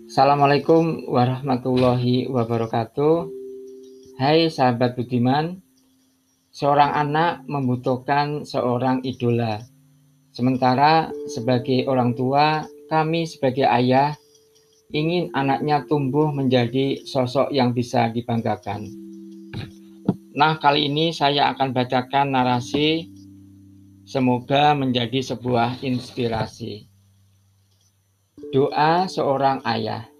Assalamualaikum warahmatullahi wabarakatuh. Hai sahabat budiman, seorang anak membutuhkan seorang idola. Sementara sebagai orang tua, kami sebagai ayah ingin anaknya tumbuh menjadi sosok yang bisa dibanggakan. Nah, kali ini saya akan bacakan narasi, semoga menjadi sebuah inspirasi. Doa seorang ayah.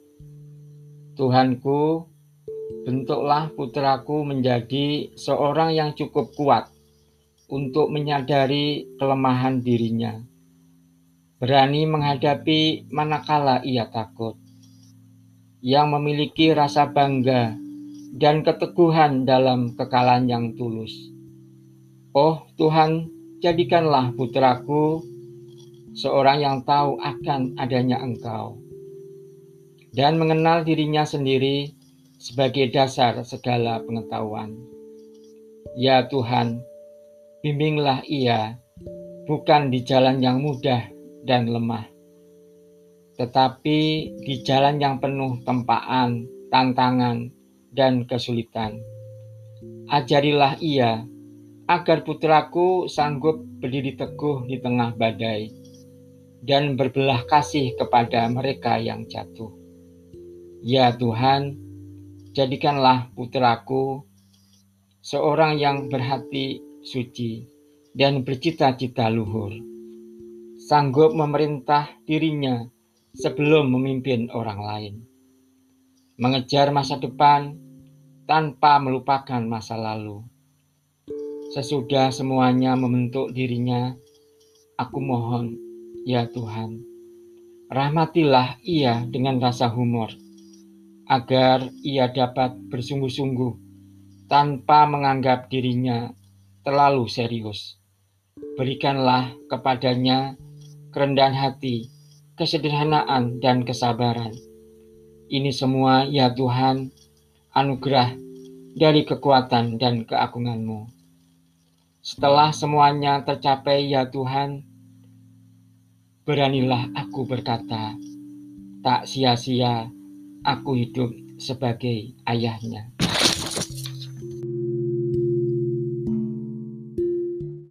Tuhanku, bentuklah putraku menjadi seorang yang cukup kuat untuk menyadari kelemahan dirinya, berani menghadapi manakala ia takut, yang memiliki rasa bangga dan keteguhan dalam kekalahan yang tulus. Oh Tuhan, jadikanlah putraku seorang yang tahu akan adanya Engkau dan mengenal dirinya sendiri sebagai dasar segala pengetahuan. Ya Tuhan, bimbinglah ia bukan di jalan yang mudah dan lemah, tetapi di jalan yang penuh tempaan, tantangan, dan kesulitan. Ajarilah ia agar putraku sanggup berdiri teguh di tengah badai dan berbelah kasih kepada mereka yang jatuh. Ya Tuhan, jadikanlah putraku seorang yang berhati suci dan bercita-cita luhur, sanggup memerintah dirinya sebelum memimpin orang lain, mengejar masa depan tanpa melupakan masa lalu. Sesudah semuanya membentuk dirinya, aku mohon, ya Tuhan, rahmatilah ia dengan rasa humor, agar ia dapat bersungguh-sungguh tanpa menganggap dirinya terlalu serius. Berikanlah kepadanya kerendahan hati, kesederhanaan, dan kesabaran. Ini semua, ya Tuhan, anugerah dari kekuatan dan keagungan-Mu. Setelah semuanya tercapai, ya Tuhan, beranilah aku berkata, tak sia-sia aku hidup sebagai ayahnya.